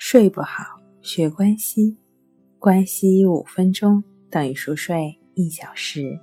睡不好，学关息，关息5分钟等于熟睡1小时。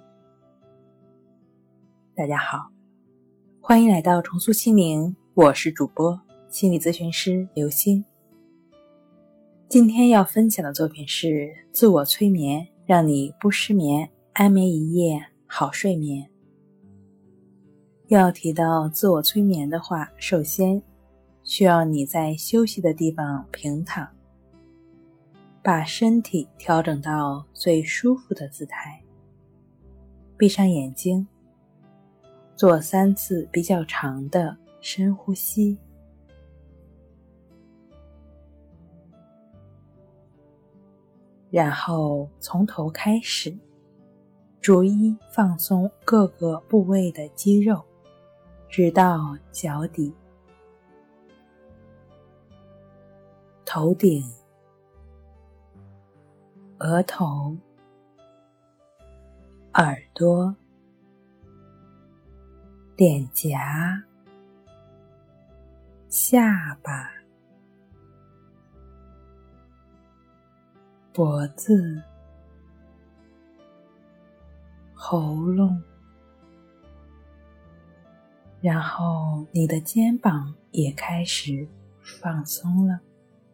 大家好，欢迎来到重塑心灵，我是主播心理咨询师刘星。今天要分享的作品是自我催眠，让你不失眠，安眠一夜好睡眠。要提到自我催眠的话，首先需要你在休息的地方平躺，把身体调整到最舒服的姿态，闭上眼睛，做3次比较长的深呼吸。然后从头开始，逐一放松各个部位的肌肉，直到脚底、头顶、额头、耳朵、脸颊、下巴、脖子、喉咙，然后你的肩膀也开始放松了，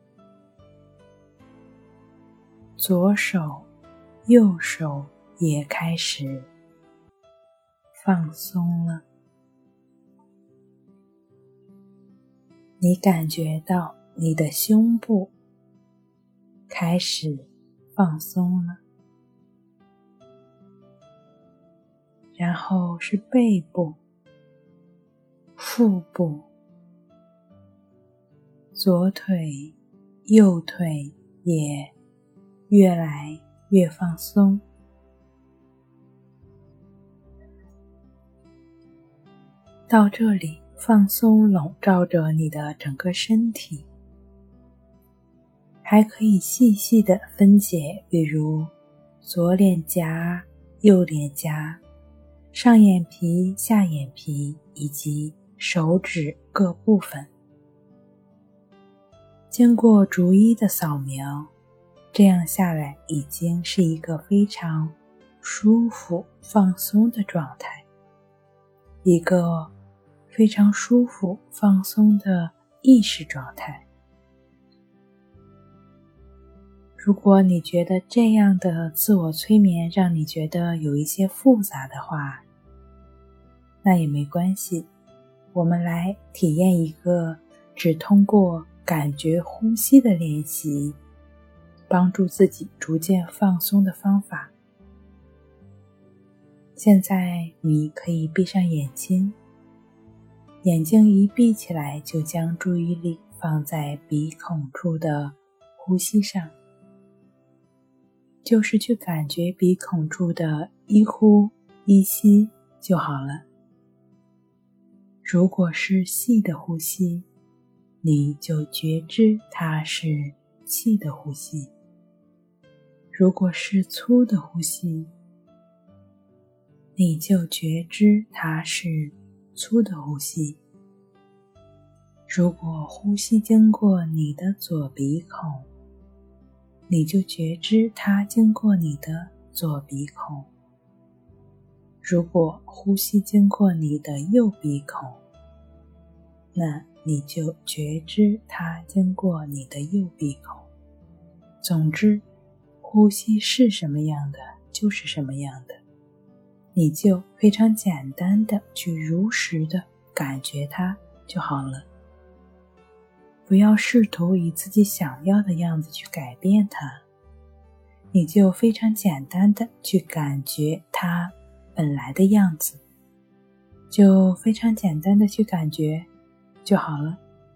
左手、右手也开始放松了。你感觉到你的胸部开始放松了，然后是背部、腹部、左腿、右腿也越来越放松。到这里，放松笼罩着你的整个身体，还可以细细的分解，比如左脸颊、右脸颊、上眼皮、下眼皮以及手指各部分。经过逐一的扫描，这样下来已经是一个非常舒服放松的状态，一个非常舒服放松的意识状态。如果你觉得这样的自我催眠让你觉得有一些复杂的话，那也没关系，我们来体验一个只通过感觉呼吸的练习，帮助自己逐渐放松的方法。现在你可以闭上眼睛，眼睛一闭起来，就将注意力放在鼻孔处的呼吸上，就是去感觉鼻孔处的一呼一吸就好了。如果是细的呼吸，你就觉知它是细的呼吸；如果是粗的呼吸，你就觉知它是粗的呼吸。如果呼吸经过你的左鼻孔，你就觉知它经过你的左鼻孔；如果呼吸经过你的右鼻孔，那你就觉知它经过你的右鼻孔。总之，呼吸是什么样的就是什么样的，你就非常简单的去如实的感觉它就好了。不要试图以自己想要的样子去改变它，你就非常简单的去感觉它本来的样子，就非常简单的去感觉就好了。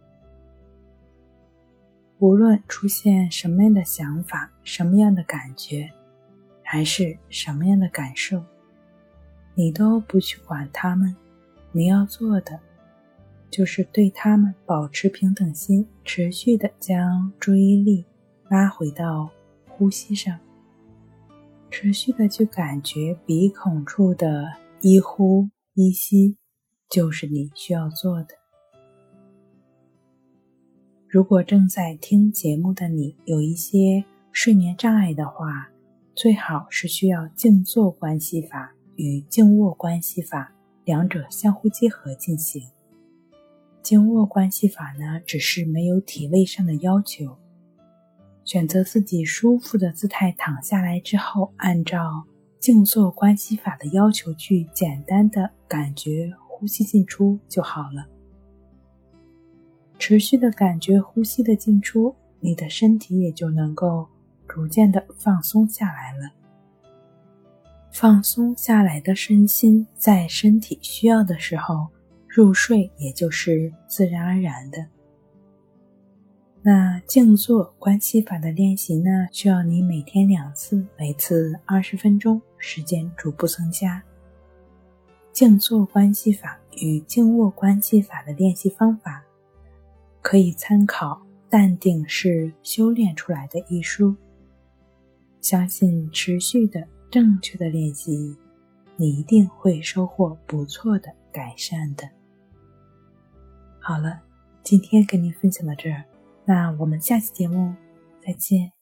无论出现什么样的想法，什么样的感觉，还是什么样的感受，你都不去管它们，你要做的就是对它们保持平等心，持续的将注意力拉回到呼吸上，持续的去感觉鼻孔处的一呼一吸，就是你需要做的。 如果正在听节目的你有一些睡眠障碍的话，最好是需要静坐关系法与静卧关系法两者相互结合进行。静卧关系法呢，只是没有体位上的要求，选择自己舒服的姿态躺下来之后，按照静坐关系法的要求去简单的感觉呼吸进出就好了。持续的感觉呼吸的进出，你的身体也就能够逐渐的放松下来了。放松下来的身心，在身体需要的时候入睡，也就是自然而然的。那静坐关系法的练习呢，需要你每天2次，每次20分钟，时间逐步增加。静坐关系法与静卧关系法的练习方法，可以参考《淡定是修炼出来的》一书。相信持续的正确的练习，你一定会收获不错的改善的。好了，今天跟您分享到这儿，那我们下期节目再见。